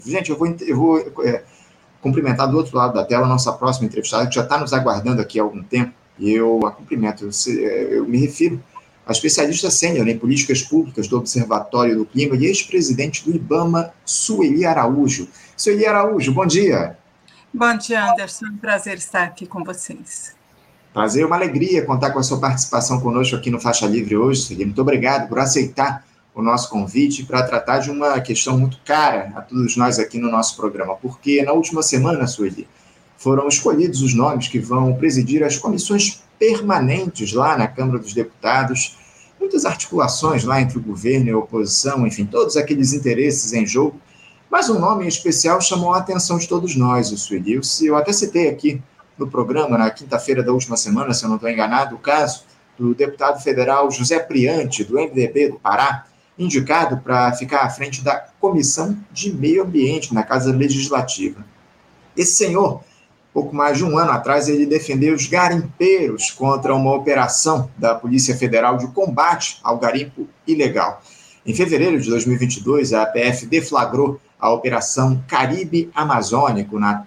Gente, eu vou cumprimentar do outro lado da tela a nossa próxima entrevistada, que já está nos aguardando aqui há algum tempo, e eu a cumprimento. Eu me refiro à especialista sênior em políticas públicas do Observatório do Clima e ex-presidente do IBAMA, Sueli Araújo. Sueli Araújo, bom dia. Bom dia, Anderson. Prazer estar aqui com vocês. Prazer, uma alegria contar com a sua participação conosco aqui no Faixa Livre hoje, Sueli. Muito obrigado por aceitar o nosso convite para tratar de uma questão muito cara a todos nós aqui no nosso programa, porque na última semana, Sueli, foram escolhidos os nomes que vão presidir as comissões permanentes lá na Câmara dos Deputados, muitas articulações lá entre o governo e a oposição, enfim, todos aqueles interesses em jogo, mas um nome em especial chamou a atenção de todos nós, o Sueli. Eu até citei aqui no programa, na quinta-feira da última semana, se eu não estou enganado, o caso do deputado federal José Priante, do MDB do Pará, indicado para ficar à frente da Comissão de Meio Ambiente na Casa Legislativa. Esse senhor, pouco mais de um ano atrás, ele defendeu os garimpeiros contra uma operação da Polícia Federal de combate ao garimpo ilegal. Em fevereiro de 2022, a APF deflagrou a Operação Caribe Amazônico na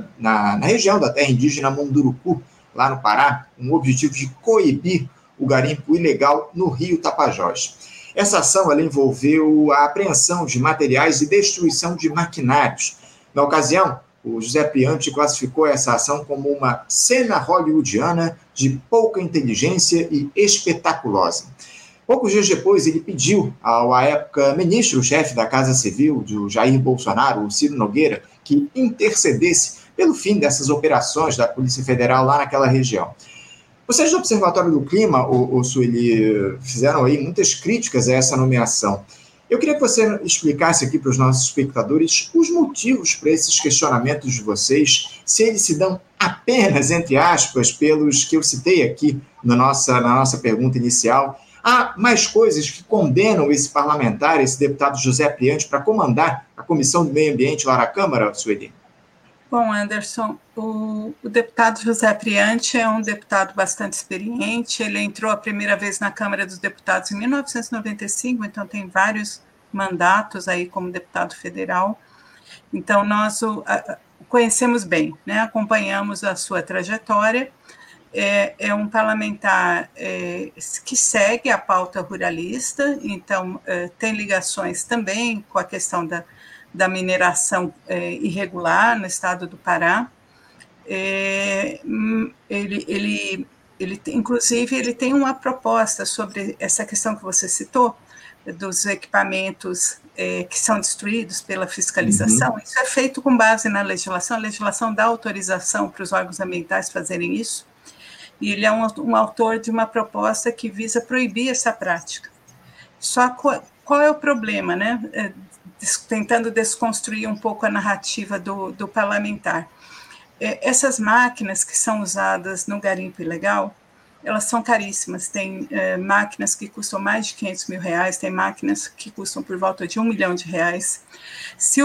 região da terra indígena Munduruku, lá no Pará, com o objetivo de coibir o garimpo ilegal no Rio Tapajós. Essa ação ela envolveu a apreensão de materiais e destruição de maquinários. Na ocasião, o José Priante classificou essa ação como uma cena hollywoodiana de pouca inteligência e espetaculosa. Poucos dias depois, ele pediu ao, à época, ministro-chefe da Casa Civil, do Jair Bolsonaro, o Ciro Nogueira, que intercedesse pelo fim dessas operações da Polícia Federal lá naquela região. Vocês do Observatório do Clima, o Sueli, fizeram aí muitas críticas a essa nomeação. Eu queria que você explicasse aqui para os nossos espectadores os motivos para esses questionamentos de vocês, se eles se dão apenas, entre aspas, pelos que eu citei aqui na nossa pergunta inicial. Há mais coisas que condenam esse parlamentar, esse deputado José Priante, para comandar a Comissão do Meio Ambiente lá na Câmara, Sueli? Bom, Anderson, o deputado José Priante é um deputado bastante experiente. Ele entrou a primeira vez na Câmara dos Deputados em 1995, então tem vários mandatos aí como deputado federal. Então, nós o conhecemos bem, né? Acompanhamos a sua trajetória. É um parlamentar que segue a pauta ruralista, então tem ligações também com a questão da mineração irregular no estado do Pará. Inclusive, ele tem uma proposta sobre essa questão que você citou, dos equipamentos que são destruídos pela fiscalização. Isso é feito com base na legislação. A legislação dá autorização para os órgãos ambientais fazerem isso, e ele é um autor de uma proposta que visa proibir essa prática. Só qual é o problema, né? Tentando desconstruir um pouco a narrativa do parlamentar. Essas máquinas que são usadas no garimpo ilegal, elas são caríssimas. Tem máquinas que custam mais de R$500 mil, tem máquinas que custam por volta de R$1 milhão. Se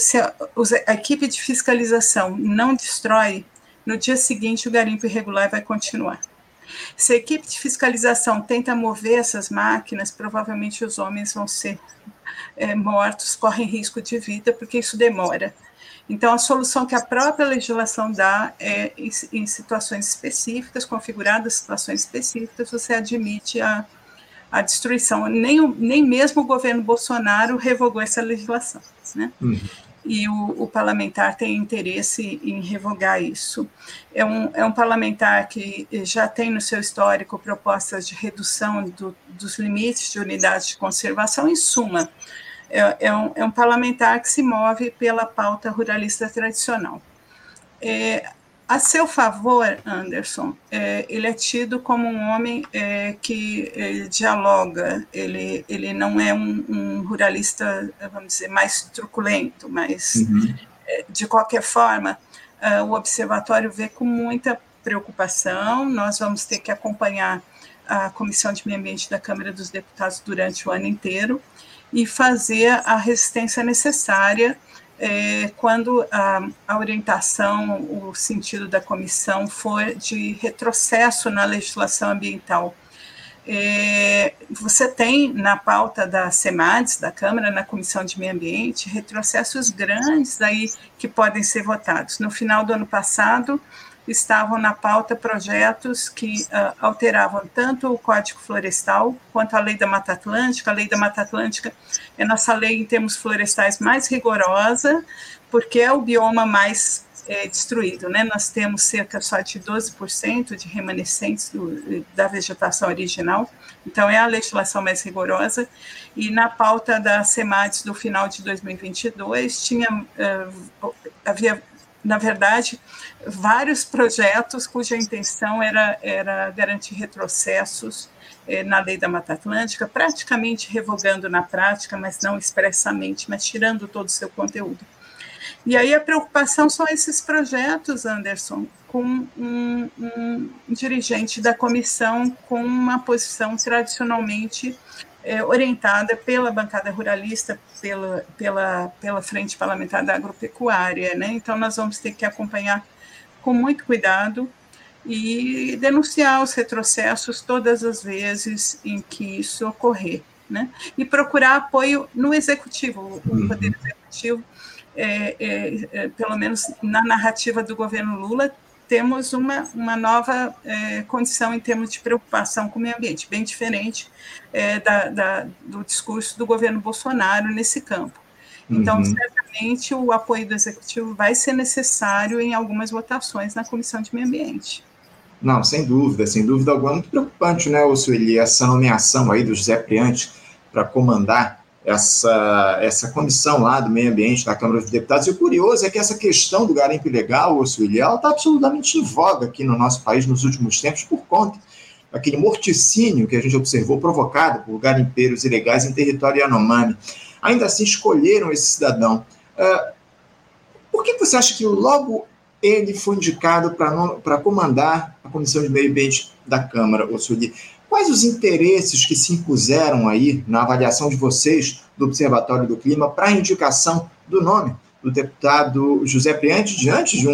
a equipe de fiscalização não destrói, no dia seguinte o garimpo irregular vai continuar. Se a equipe de fiscalização tenta mover essas máquinas, provavelmente os homens vão ser mortos, correm risco de vida, porque isso demora. Então, a solução que a própria legislação dá é, em situações específicas, configuradas situações específicas, você admite a destruição. Nem mesmo o governo Bolsonaro revogou essa legislação, né? E o parlamentar tem interesse em revogar isso. É um parlamentar que já tem no seu histórico propostas de redução dos limites de unidades de conservação. Em suma, é um parlamentar que se move pela pauta ruralista tradicional. A seu favor, Anderson, ele é tido como um homem que dialoga, ele não é um ruralista, vamos dizer, mais truculento, mas, de qualquer forma, o Observatório vê com muita preocupação. Nós vamos ter que acompanhar a Comissão de Meio Ambiente da Câmara dos Deputados durante o ano inteiro e fazer a resistência necessária quando a orientação, o sentido da comissão for de retrocesso na legislação ambiental você tem na pauta da SEMADES, da Câmara, na Comissão de Meio Ambiente, retrocessos grandes aí que podem ser votados. No final do ano passado, estavam na pauta projetos que alteravam tanto o Código Florestal quanto a Lei da Mata Atlântica. A Lei da Mata Atlântica é nossa lei em termos florestais mais rigorosa, porque é o bioma mais destruído, né? Nós temos cerca só de 12% de remanescentes da vegetação original, então é a legislação mais rigorosa. E na pauta da SEMADES do final de 2022 havia, na verdade, vários projetos cuja intenção era garantir retrocessos na Lei da Mata Atlântica, praticamente revogando na prática, mas não expressamente, mas tirando todo o seu conteúdo. E aí a preocupação são esses projetos, Anderson, com um dirigente da comissão com uma posição tradicionalmente orientada pela bancada ruralista, pela Frente Parlamentar da Agropecuária, né? Então, nós vamos ter que acompanhar com muito cuidado e denunciar os retrocessos todas as vezes em que isso ocorrer, né? E procurar apoio no Executivo, o Poder Executivo, pelo menos na narrativa do governo Lula, temos uma nova condição em termos de preocupação com o meio ambiente, bem diferente do discurso do governo Bolsonaro nesse campo. Então, certamente, o apoio do Executivo vai ser necessário em algumas votações na Comissão de Meio Ambiente. Não, sem dúvida alguma. Muito preocupante, né, Sueli, essa nomeação aí do José Priante para comandar essa comissão lá do meio ambiente da Câmara dos Deputados. E o curioso é que essa questão do garimpo ilegal, Sueli, ela está absolutamente em voga aqui no nosso país nos últimos tempos por conta daquele morticínio que a gente observou provocado por garimpeiros ilegais em território Yanomami. Ainda assim escolheram esse cidadão. Por que você acha que logo ele foi indicado para comandar a Comissão de Meio Ambiente da Câmara, Sueli? Quais os interesses que se impuseram aí na avaliação de vocês do Observatório do Clima para a indicação do nome do deputado José Priante diante de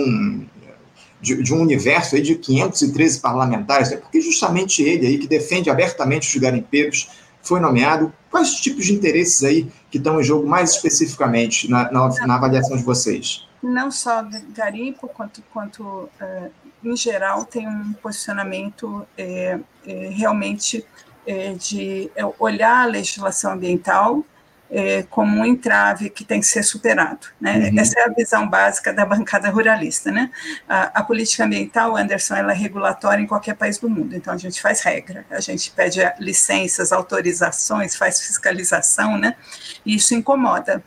um universo aí de 513 parlamentares? Porque justamente ele aí, que defende abertamente os garimpeiros, foi nomeado. Quais os tipos de interesses aí que estão em jogo mais especificamente na avaliação de vocês? Não só garimpo, quanto em geral, tem um posicionamento realmente de olhar a legislação ambiental como um entrave que tem que ser superado, né? Essa é a visão básica da bancada ruralista, né? A política ambiental, Anderson, ela é regulatória em qualquer país do mundo, então a gente faz regra, a gente pede licenças, autorizações, faz fiscalização, né? E isso incomoda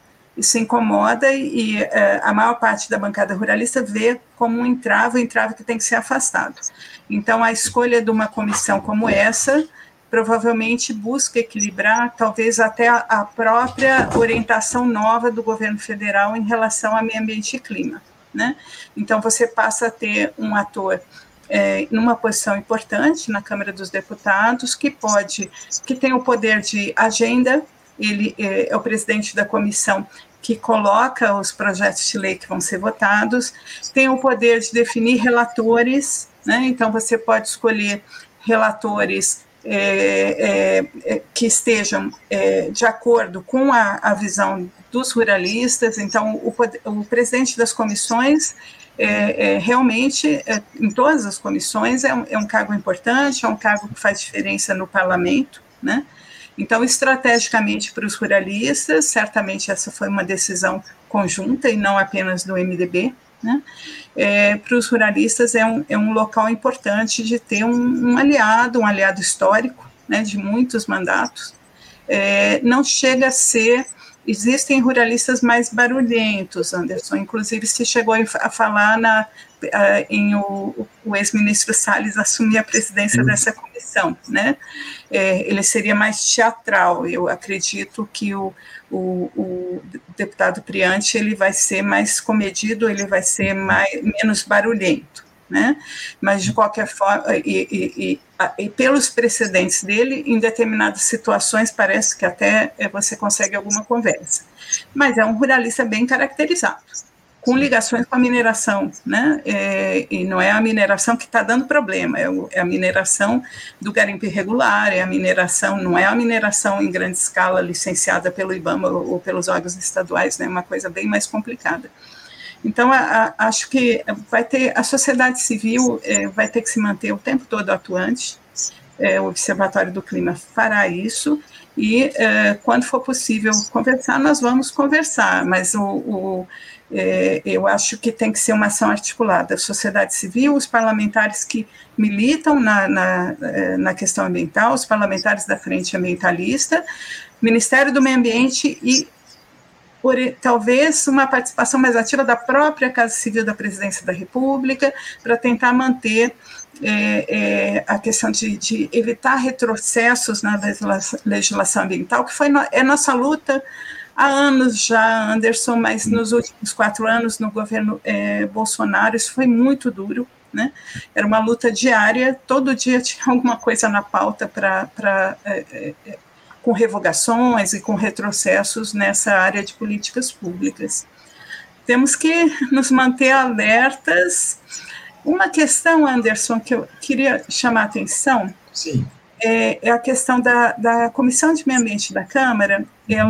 e a maior parte da bancada ruralista vê como um entrave que tem que ser afastado. Então, a escolha de uma comissão como essa provavelmente busca equilibrar, talvez até a própria orientação nova do governo federal em relação a meio ambiente e clima, né? Então, você passa a ter um ator numa posição importante na Câmara dos Deputados, que tem o poder de agenda. Ele é o presidente da comissão que coloca os projetos de lei que vão ser votados, tem o poder de definir relatores, né? Então você pode escolher relatores que estejam de acordo com a visão dos ruralistas. Então o presidente das comissões realmente, em todas as comissões, é um cargo importante, é um cargo que faz diferença no parlamento, né? Então, estrategicamente para os ruralistas, certamente essa foi uma decisão conjunta e não apenas do MDB, né? Para os ruralistas é um local importante de ter um aliado histórico, né, de muitos mandatos. Não chega a ser... Existem ruralistas mais barulhentos, Anderson, inclusive se chegou a falar em o ex-ministro Salles assumir a presidência dessa comissão, né? Ele seria mais teatral. Eu acredito que o deputado Priante ele vai ser mais comedido, ele vai ser menos barulhento, né? Mas, de qualquer forma, e pelos precedentes dele, em determinadas situações, parece que até você consegue alguma conversa. Mas é um ruralista bem caracterizado, com ligações com a mineração, né? E não é a mineração que está dando problema, é a mineração do garimpo irregular, não é a mineração em grande escala licenciada pelo IBAMA ou pelos órgãos estaduais, né? Uma coisa bem mais complicada. Então, acho que a sociedade civil vai ter que se manter o tempo todo atuante, o Observatório do Clima fará isso, e quando for possível conversar, nós vamos conversar, mas eu acho que tem que ser uma ação articulada, a sociedade civil, os parlamentares que militam na questão ambiental, os parlamentares da Frente Ambientalista, Ministério do Meio Ambiente e talvez uma participação mais ativa da própria Casa Civil da Presidência da República, para tentar manter a questão de evitar retrocessos na legislação ambiental, que é nossa luta há anos já, Anderson, mas nos últimos 4 anos, no governo Bolsonaro, isso foi muito duro, né? Era uma luta diária, todo dia tinha alguma coisa na pauta com revogações e com retrocessos nessa área de políticas públicas. Temos que nos manter alertas. Uma questão, Anderson, que eu queria chamar a atenção, sim, é a questão da Comissão de Meio Ambiente da Câmara.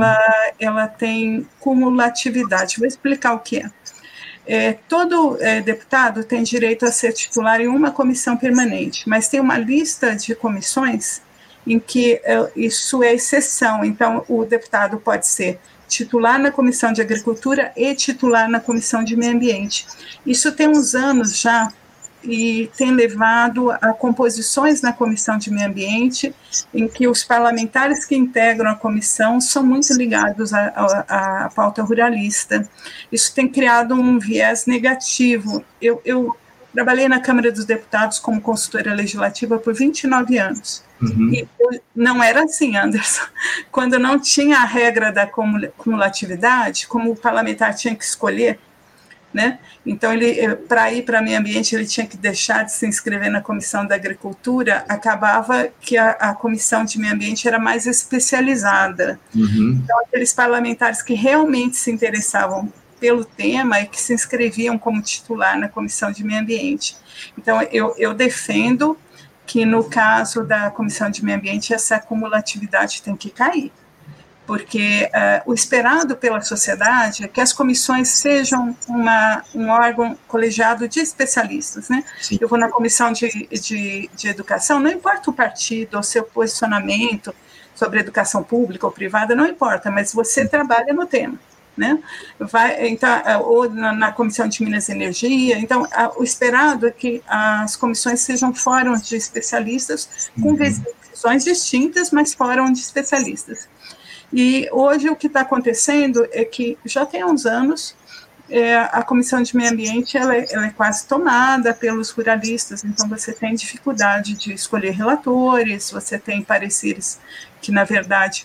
Ela tem cumulatividade. Vou explicar o que é. Todo deputado tem direito a ser titular em uma comissão permanente, mas tem uma lista de comissões em que isso é exceção. Então, o deputado pode ser titular na Comissão de Agricultura e titular na Comissão de Meio Ambiente. Isso tem uns anos já, e tem levado a composições na Comissão de Meio Ambiente, em que os parlamentares que integram a comissão são muito ligados à pauta ruralista. Isso tem criado um viés negativo. Eu trabalhei na Câmara dos Deputados como consultora legislativa por 29 anos. Uhum. E não era assim, Anderson. Quando não tinha a regra da cumulatividade, como o parlamentar tinha que escolher, né? Então, para ir para o meio ambiente, ele tinha que deixar de se inscrever na Comissão da Agricultura, acabava que a Comissão de Meio Ambiente era mais especializada. Uhum. Então, aqueles parlamentares que realmente se interessavam pelo tema e que se inscreviam como titular na Comissão de Meio Ambiente. Então, eu defendo que, no caso da Comissão de Meio Ambiente, essa acumulatividade tem que cair, porque o esperado pela sociedade é que as comissões sejam um órgão colegiado de especialistas, né? Sim. Eu vou na Comissão de Educação, não importa o partido ou seu posicionamento sobre educação pública ou privada, não importa, mas você trabalha no tema, né? Então, ou na Comissão de Minas e Energia. Então, o esperado é que as comissões sejam fóruns de especialistas com visões distintas, mas fóruns de especialistas. E hoje o que está acontecendo é que já tem uns anos a Comissão de Meio Ambiente ela é quase tomada pelos ruralistas, então você tem dificuldade de escolher relatores, você tem pareceres que, na verdade,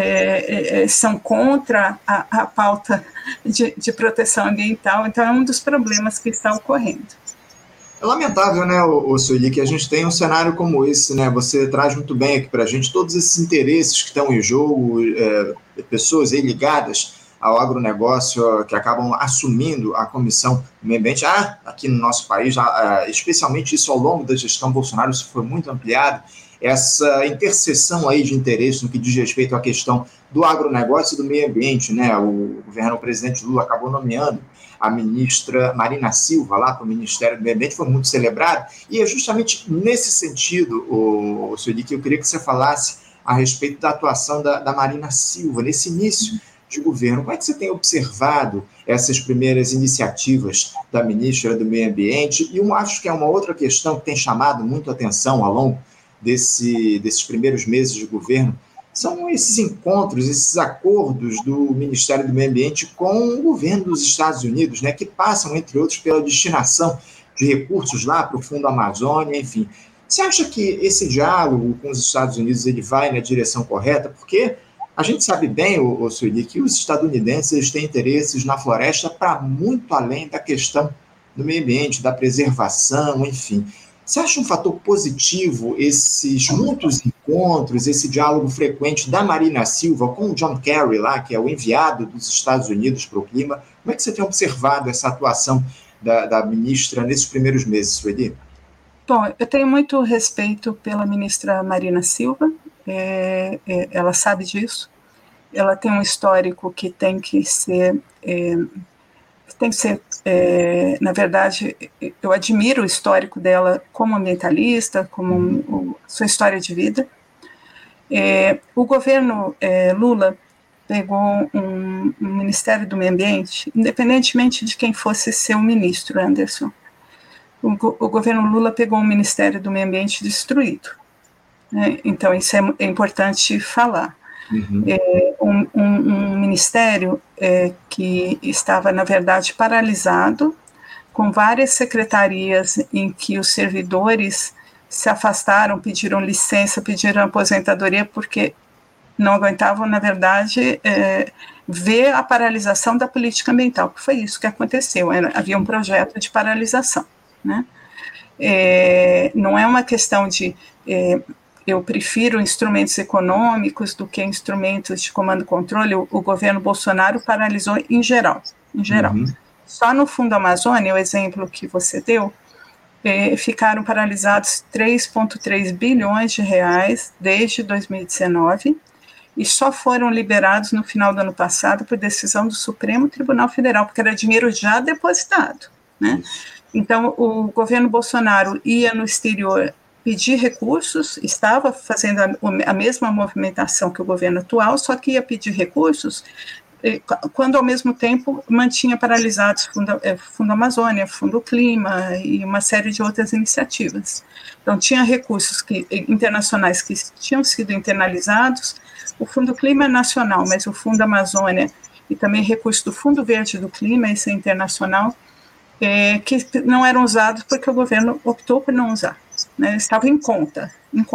são contra a pauta de proteção ambiental, então é um dos problemas que está ocorrendo. É lamentável, né, Sueli, que a gente tenha um cenário como esse, né? Você traz muito bem aqui para a gente todos esses interesses que estão em jogo, pessoas aí ligadas ao agronegócio que acabam assumindo a Comissão do Meio Ambiente. Aqui no nosso país, especialmente isso ao longo da gestão Bolsonaro, isso foi muito ampliado, essa interseção aí de interesses no que diz respeito à questão do agronegócio e do meio ambiente, né? O presidente Lula acabou nomeando a ministra Marina Silva lá para o Ministério do Meio Ambiente, foi muito celebrado, e é justamente nesse sentido, Sueli, que eu queria que você falasse a respeito da atuação da Marina Silva, nesse início de governo. Como é que você tem observado essas primeiras iniciativas da ministra do Meio Ambiente? E eu acho que é uma outra questão que tem chamado muito a atenção ao longo desses primeiros meses de governo, são esses encontros, esses acordos do Ministério do Meio Ambiente com o governo dos Estados Unidos, né, que passam, entre outros, pela destinação de recursos lá para o Fundo Amazônia, enfim. Você acha que esse diálogo com os Estados Unidos ele vai na direção correta? Porque a gente sabe bem, Sueli, que os estadunidenses têm interesses na floresta para muito além da questão do meio ambiente, da preservação, enfim. Você acha um fator positivo esses muitos encontros, esse diálogo frequente da Marina Silva com o John Kerry, lá, que é o enviado dos Estados Unidos para o clima? Como é que você tem observado essa atuação da ministra nesses primeiros meses, Sueli? Bom, eu tenho muito respeito pela ministra Marina Silva, ela sabe disso, ela tem um histórico que tem que ser, na verdade, eu admiro o histórico dela como ambientalista, como sua história de vida. O governo Lula pegou um Ministério do Meio Ambiente, independentemente de quem fosse seu ministro, Anderson. O governo Lula pegou um Ministério do Meio Ambiente destruído, né? Então, isso é importante falar. Um ministério que estava, na verdade, paralisado, com várias secretarias em que os servidores se afastaram, pediram licença, pediram aposentadoria, porque não aguentavam, na verdade, ver a paralisação da política ambiental, que foi isso que aconteceu, havia um projeto de paralisação, né? Não é uma questão de eu prefiro instrumentos econômicos do que instrumentos de comando e controle. O governo Bolsonaro paralisou em geral. Só no Fundo Amazônia, o exemplo que você deu, ficaram paralisados 3,3 bilhões de reais desde 2019 e só foram liberados no final do ano passado por decisão do Supremo Tribunal Federal, porque era dinheiro já depositado, né? Então, o governo Bolsonaro ia no exterior pedir recursos, estava fazendo a mesma movimentação que o governo atual, só que ia pedir recursos quando, ao mesmo tempo, mantinha paralisados Fundo Amazônia, Fundo Clima e uma série de outras iniciativas. Então, tinha recursos internacionais que tinham sido internalizados, o Fundo Clima é nacional, mas o Fundo Amazônia e também recursos do Fundo Verde do Clima, esse é internacional, que não eram usados porque o governo optou por não usar, né? Estavam em conta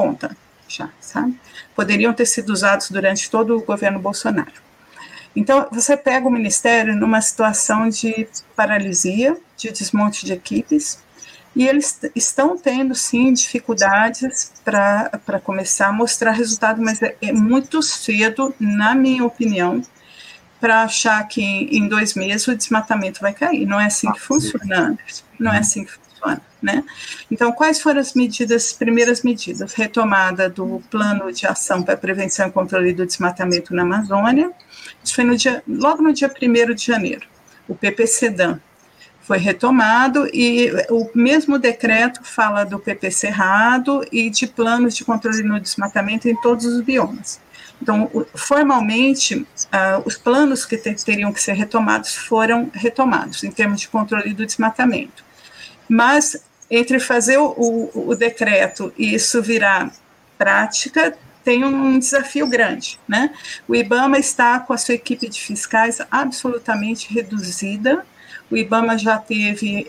já, sabe? Poderiam ter sido usados durante todo o governo Bolsonaro. Então, você pega o Ministério numa situação de paralisia, de desmonte de equipes, e eles estão tendo, sim, dificuldades para começar a mostrar resultado, mas é muito cedo, na minha opinião, para achar que em 2 meses o desmatamento vai cair. Não é assim que funciona. Não é assim que funciona, né? Então, quais foram as primeiras medidas? Retomada do Plano de Ação para a Prevenção e Controle do Desmatamento na Amazônia. Isso foi logo no dia 1º de janeiro. O PPCDAM foi retomado e o mesmo decreto fala do PP Cerrado e de planos de controle no desmatamento em todos os biomas. Então, formalmente, os planos que teriam que ser retomados foram retomados, em termos de controle do desmatamento. Mas, entre fazer o decreto e isso virar prática, tem um desafio grande, né? O IBAMA está com a sua equipe de fiscais absolutamente reduzida. O IBAMA já teve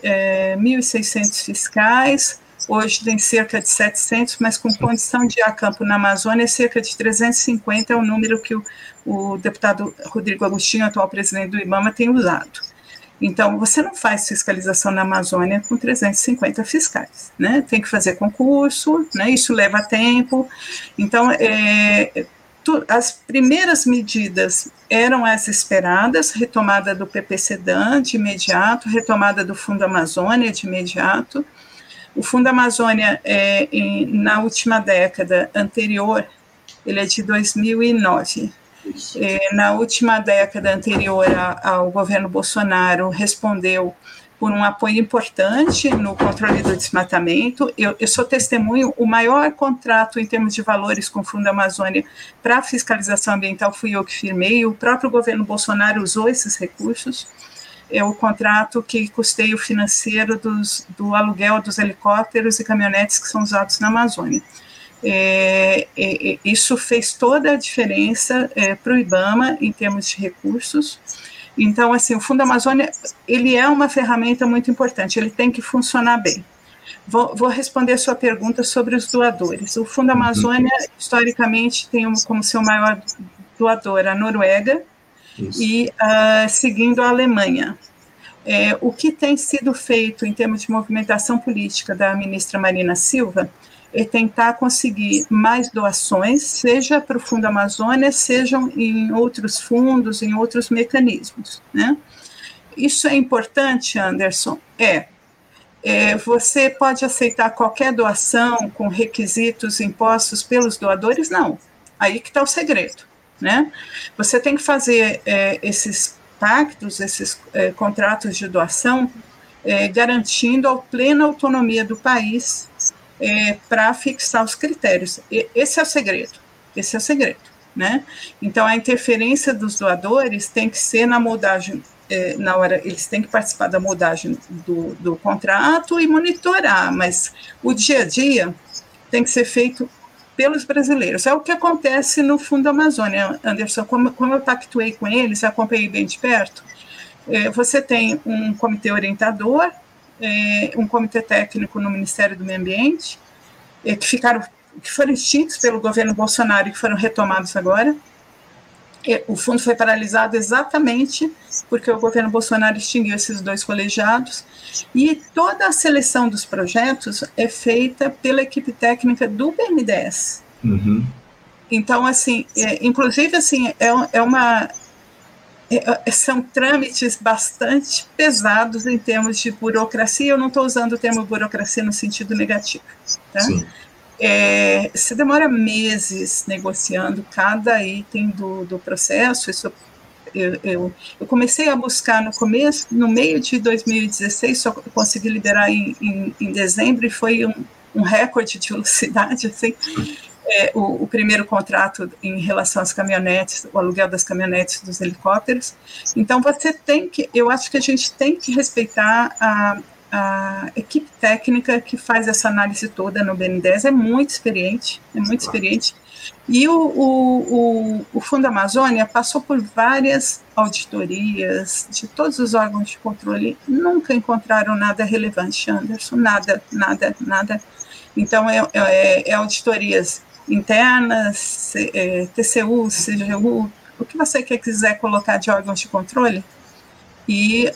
1.600 fiscais, hoje tem cerca de 700, mas com condição de ir a campo na Amazônia, cerca de 350 é o número que o deputado Rodrigo Agostinho, atual presidente do IBAMA, tem usado. Então, você não faz fiscalização na Amazônia com 350 fiscais, né? Tem que fazer concurso, né? Isso leva tempo. Então, as primeiras medidas eram as esperadas, retomada do PPCDAM de imediato, retomada do Fundo Amazônia de imediato. O Fundo Amazônia, na última década anterior, ele é de 2009. Na última década anterior ao governo Bolsonaro, respondeu por um apoio importante no controle do desmatamento. Eu sou testemunho, o maior contrato em termos de valores com o Fundo Amazônia para fiscalização ambiental fui eu que firmei, o próprio governo Bolsonaro usou esses recursos. É o contrato que custeia o financeiro do aluguel dos helicópteros e caminhonetes que são usados na Amazônia. Isso fez toda a diferença para o IBAMA em termos de recursos. Então, assim, o Fundo Amazônia, ele é uma ferramenta muito importante, ele tem que funcionar bem. Vou responder a sua pergunta sobre os doadores. O Fundo Amazônia, historicamente, tem como seu maior doador a Noruega, e seguindo a Alemanha. O que tem sido feito em termos de movimentação política da ministra Marina Silva é tentar conseguir mais doações, seja para o Fundo Amazônia, sejam em outros fundos, em outros mecanismos, né? Isso é importante, Anderson? Você pode aceitar qualquer doação com requisitos impostos pelos doadores? Não. Aí que está o segredo, né? Você tem que fazer esses pactos, esses contratos de doação, garantindo a plena autonomia do país para fixar os critérios. Esse é o segredo, né? Então, a interferência dos doadores tem que ser na moldagem, na hora, eles têm que participar da moldagem do contrato e monitorar, mas o dia a dia tem que ser feito pelos brasileiros. É o que acontece no Fundo Amazônia, Anderson. Como eu pactuei com eles, acompanhei bem de perto, você tem um comitê orientador, um comitê técnico no Ministério do Meio Ambiente, que foram extintos pelo governo Bolsonaro e que foram retomados agora. O fundo foi paralisado exatamente porque o governo Bolsonaro extinguiu esses 2 colegiados, e toda a seleção dos projetos é feita pela equipe técnica do BNDES. Uhum. Então, assim, inclusive, assim, são trâmites bastante pesados em termos de burocracia. Eu não estou usando o termo burocracia no sentido negativo, tá? Sim. Se demora meses negociando cada item do processo. Isso eu comecei a buscar no meio de 2016, só consegui liberar em dezembro, e foi um recorde de velocidade, assim. O primeiro contrato em relação às caminhonetes, o aluguel das caminhonetes, dos helicópteros. Então, eu acho que a gente tem que respeitar a equipe técnica que faz essa análise toda no BNDES. É muito experiente, e o Fundo Amazônia passou por várias auditorias de todos os órgãos de controle, nunca encontraram nada relevante, Anderson, nada. Então, auditorias internas, TCU, CGU, o que você quiser colocar de órgãos de controle, e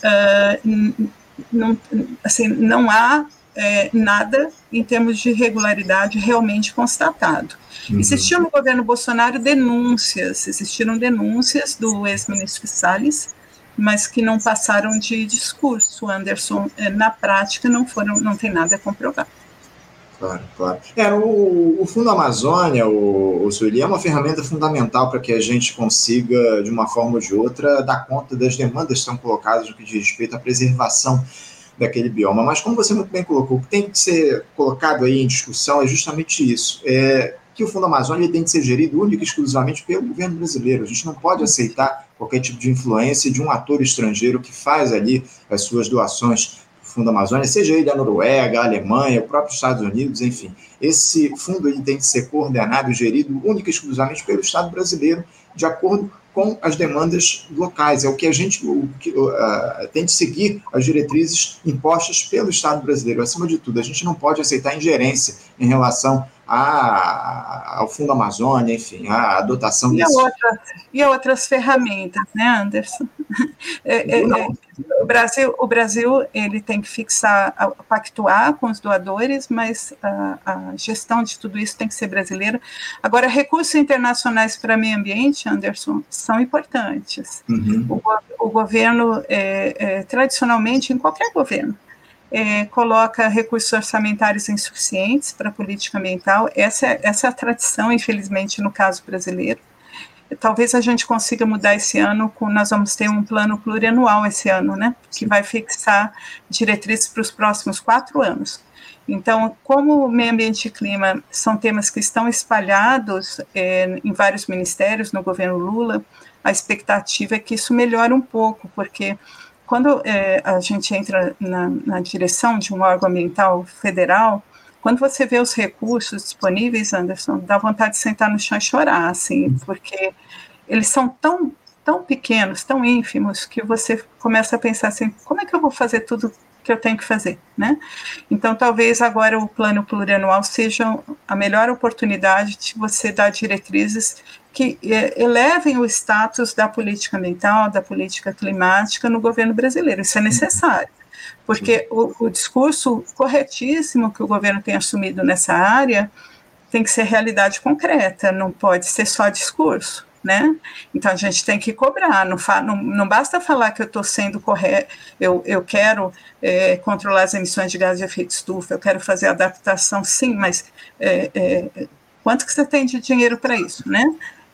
não há nada em termos de irregularidade realmente constatado. Uhum. Existiram no governo Bolsonaro denúncias do ex-ministro Salles, mas que não passaram de discurso, Anderson. Na prática, não tem nada comprovado. Claro. O Fundo Amazônia, o Sueli, é uma ferramenta fundamental para que a gente consiga, de uma forma ou de outra, dar conta das demandas que estão colocadas no que diz respeito à preservação daquele bioma. Mas, como você muito bem colocou, o que tem que ser colocado aí em discussão é justamente isso, que o Fundo Amazônia tem que ser gerido única e exclusivamente pelo governo brasileiro. A gente não pode aceitar qualquer tipo de influência de um ator estrangeiro que faz ali as suas doações para o Fundo Amazônia, seja ele a Noruega, a Alemanha, o próprio Estados Unidos, enfim. Esse fundo ele tem que ser coordenado e gerido única e exclusivamente pelo Estado brasileiro, de acordo com as demandas locais. É o que a gente tem de seguir as diretrizes impostas pelo Estado brasileiro. Acima de tudo, a gente não pode aceitar ingerência em relação ao Fundo Amazônia, enfim, a dotação e outras ferramentas, né, Anderson? O Brasil ele tem que pactuar com os doadores, mas a gestão de tudo isso tem que ser brasileira. Agora, recursos internacionais para meio ambiente, Anderson, são importantes. Uhum. O governo, tradicionalmente, em qualquer governo, coloca recursos orçamentários insuficientes para a política ambiental. Essa é a tradição, infelizmente, no caso brasileiro. Talvez a gente consiga mudar esse ano, nós vamos ter um plano plurianual esse ano, né, que vai fixar diretrizes para os próximos 4 anos. Então, como meio ambiente e clima são temas que estão espalhados em vários ministérios no governo Lula, a expectativa é que isso melhore um pouco, porque quando a gente entra na direção de um órgão ambiental federal, quando você vê os recursos disponíveis, Anderson, dá vontade de sentar no chão e chorar, assim, porque eles são tão pequenos, tão ínfimos, que você começa a pensar assim, como é que eu vou fazer tudo que eu tenho que fazer, né? Então, talvez agora o plano plurianual seja a melhor oportunidade de você dar diretrizes que elevem o status da política ambiental, da política climática no governo brasileiro. Isso é necessário, porque o discurso corretíssimo que o governo tem assumido nessa área tem que ser realidade concreta, não pode ser só discurso, né? Então a gente tem que cobrar, não basta falar que eu estou sendo correto, eu quero controlar as emissões de gás de efeito estufa, eu quero fazer adaptação, sim, mas quanto que você tem de dinheiro para isso, né?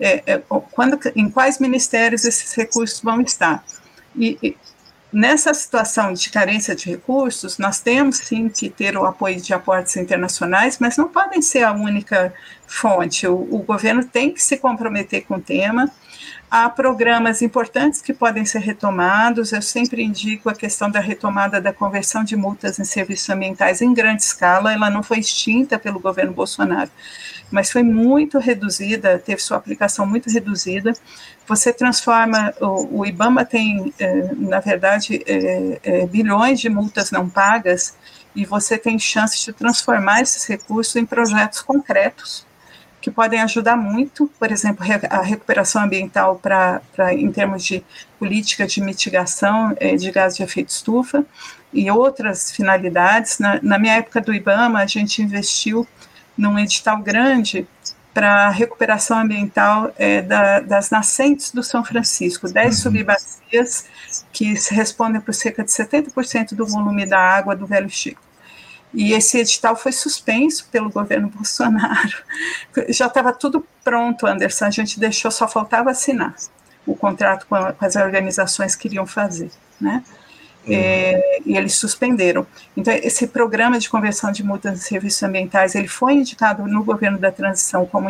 Em quais ministérios esses recursos vão estar? E nessa situação de carência de recursos, nós temos sim que ter o apoio de aportes internacionais, mas não podem ser a única fonte. O governo tem que se comprometer com o tema. Há programas importantes que podem ser retomados. Eu sempre indico a questão da retomada da conversão de multas em serviços ambientais em grande escala. Ela não foi extinta pelo governo Bolsonaro, mas foi muito reduzida, teve sua aplicação muito reduzida. Você transforma, o IBAMA tem, na verdade, bilhões de multas não pagas, e você tem chances de transformar esses recursos em projetos concretos, que podem ajudar muito, por exemplo, a recuperação ambiental em termos de política de mitigação de gás de efeito estufa, e outras finalidades. Na minha época do IBAMA, a gente investiu num edital grande para a recuperação ambiental das nascentes do São Francisco, 10 subbacias que respondem por cerca de 70% do volume da água do Velho Chico. E esse edital foi suspenso pelo governo Bolsonaro. Já estava tudo pronto, Anderson, a gente deixou, só faltava assinar o contrato com as organizações que iriam fazer, né? E eles suspenderam. Então, esse programa de conversão de multas em serviços ambientais, ele foi indicado no governo da transição como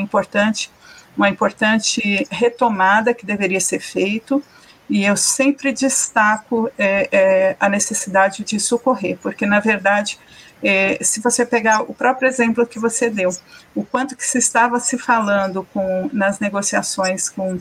uma importante retomada que deveria ser feito, e eu sempre destaco a necessidade de socorrer, porque, na verdade, se você pegar o próprio exemplo que você deu, o quanto que se estava se falando nas negociações com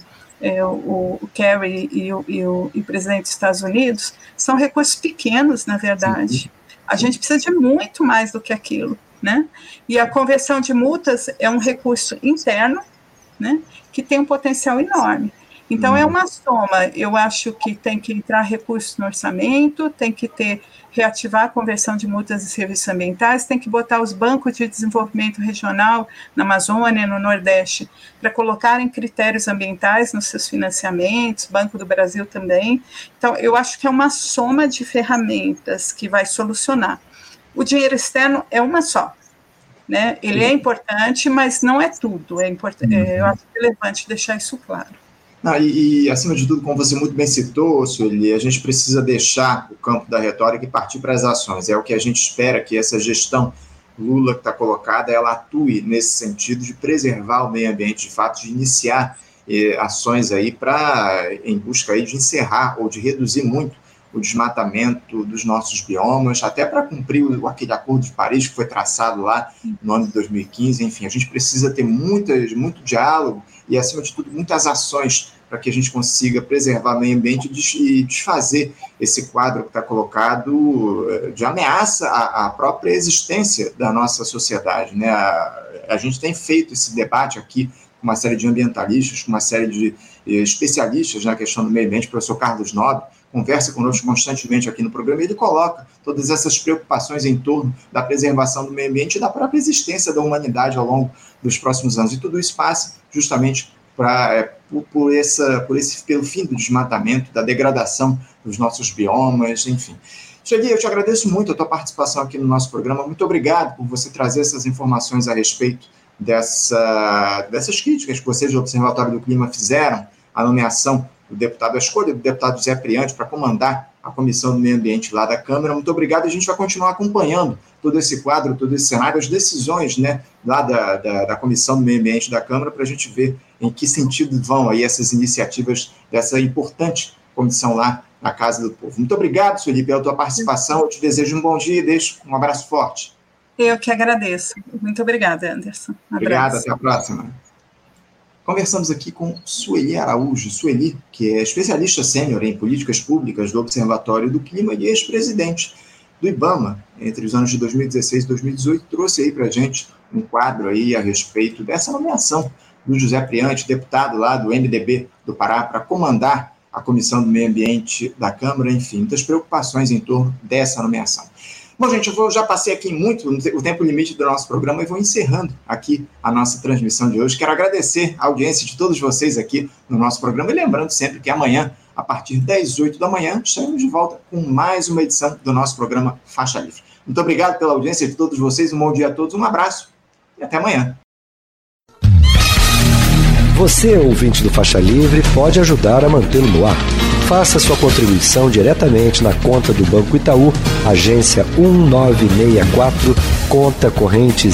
o Kerry e o presidente dos Estados Unidos, são recursos pequenos, na verdade. A gente precisa de muito mais do que aquilo, né? E a conversão de multas é um recurso interno, né, que tem um potencial enorme. Então, é uma soma. Eu acho que tem que entrar recursos no orçamento, tem que reativar a conversão de multas e serviços ambientais, tem que botar os bancos de desenvolvimento regional na Amazônia, no Nordeste, para colocarem critérios ambientais nos seus financiamentos, Banco do Brasil também. Então, eu acho que é uma soma de ferramentas que vai solucionar. O dinheiro externo é uma só, né? Ele é importante, mas não é tudo. Eu acho relevante deixar isso claro. Acima de tudo, como você muito bem citou, Sueli, a gente precisa deixar o campo da retórica e partir para as ações. É o que a gente espera que essa gestão Lula que está colocada, ela atue nesse sentido de preservar o meio ambiente, de fato, de iniciar ações aí em busca aí de encerrar ou de reduzir muito o desmatamento dos nossos biomas, até para cumprir aquele acordo de Paris que foi traçado lá no ano de 2015. Enfim, a gente precisa ter muito diálogo e, acima de tudo, muitas ações para que a gente consiga preservar o meio ambiente e desfazer esse quadro que está colocado de ameaça à própria existência da nossa sociedade, né? A gente tem feito esse debate aqui com uma série de ambientalistas, com uma série de especialistas na questão do meio ambiente. O professor Carlos Nobre conversa conosco constantemente aqui no programa, e ele coloca todas essas preocupações em torno da preservação do meio ambiente e da própria existência da humanidade ao longo dos próximos anos. E tudo isso passa justamente pelo fim do desmatamento, da degradação dos nossos biomas, enfim. Sueli, eu te agradeço muito a tua participação aqui no nosso programa. Muito obrigado por você trazer essas informações a respeito dessas críticas que vocês do Observatório do Clima fizeram à nomeação a escolha do deputado Zé Priante para comandar a Comissão do Meio Ambiente lá da Câmara. Muito obrigado. A gente vai continuar acompanhando todo esse quadro, todo esse cenário, as decisões, né, lá da Comissão do Meio Ambiente da Câmara, para a gente ver em que sentido vão aí essas iniciativas dessa importante comissão lá na Casa do Povo. Muito obrigado, Sueli, pela tua participação. Eu te desejo um bom dia e deixo um abraço forte. Eu que agradeço. Muito obrigada, Anderson. Obrigado, até a próxima. Conversamos aqui com Sueli Araújo. Sueli, que é especialista sênior em políticas públicas do Observatório do Clima e ex-presidente do IBAMA, entre os anos de 2016 e 2018, trouxe aí para a gente um quadro aí a respeito dessa nomeação do José Priante, deputado lá do MDB do Pará, para comandar a Comissão do Meio Ambiente da Câmara, enfim, muitas preocupações em torno dessa nomeação. Bom, gente, eu já passei aqui muito o tempo limite do nosso programa e vou encerrando aqui a nossa transmissão de hoje. Quero agradecer a audiência de todos vocês aqui no nosso programa e lembrando sempre que amanhã, a partir das 8 da manhã, estaremos de volta com mais uma edição do nosso programa Faixa Livre. Muito obrigado pela audiência de todos vocês, um bom dia a todos, um abraço e até amanhã. Você, ouvinte do Faixa Livre, pode ajudar a mantê-lo no ar. Faça sua contribuição diretamente na conta do Banco Itaú, agência 1964, conta corrente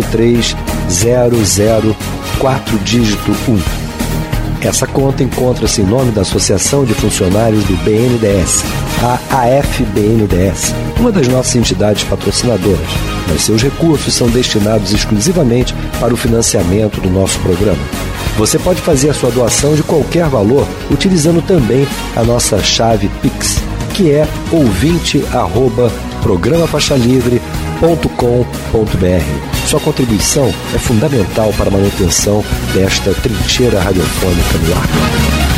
03004, dígito 1. Essa conta encontra-se em nome da Associação de Funcionários do BNDES, a AFBNDES, uma das nossas entidades patrocinadoras, mas seus recursos são destinados exclusivamente para o financiamento do nosso programa. Você pode fazer a sua doação de qualquer valor utilizando também a nossa chave Pix, que é ouvinte@programafaixalivre.com.br. Sua contribuição é fundamental para a manutenção desta trincheira radiofônica no ar.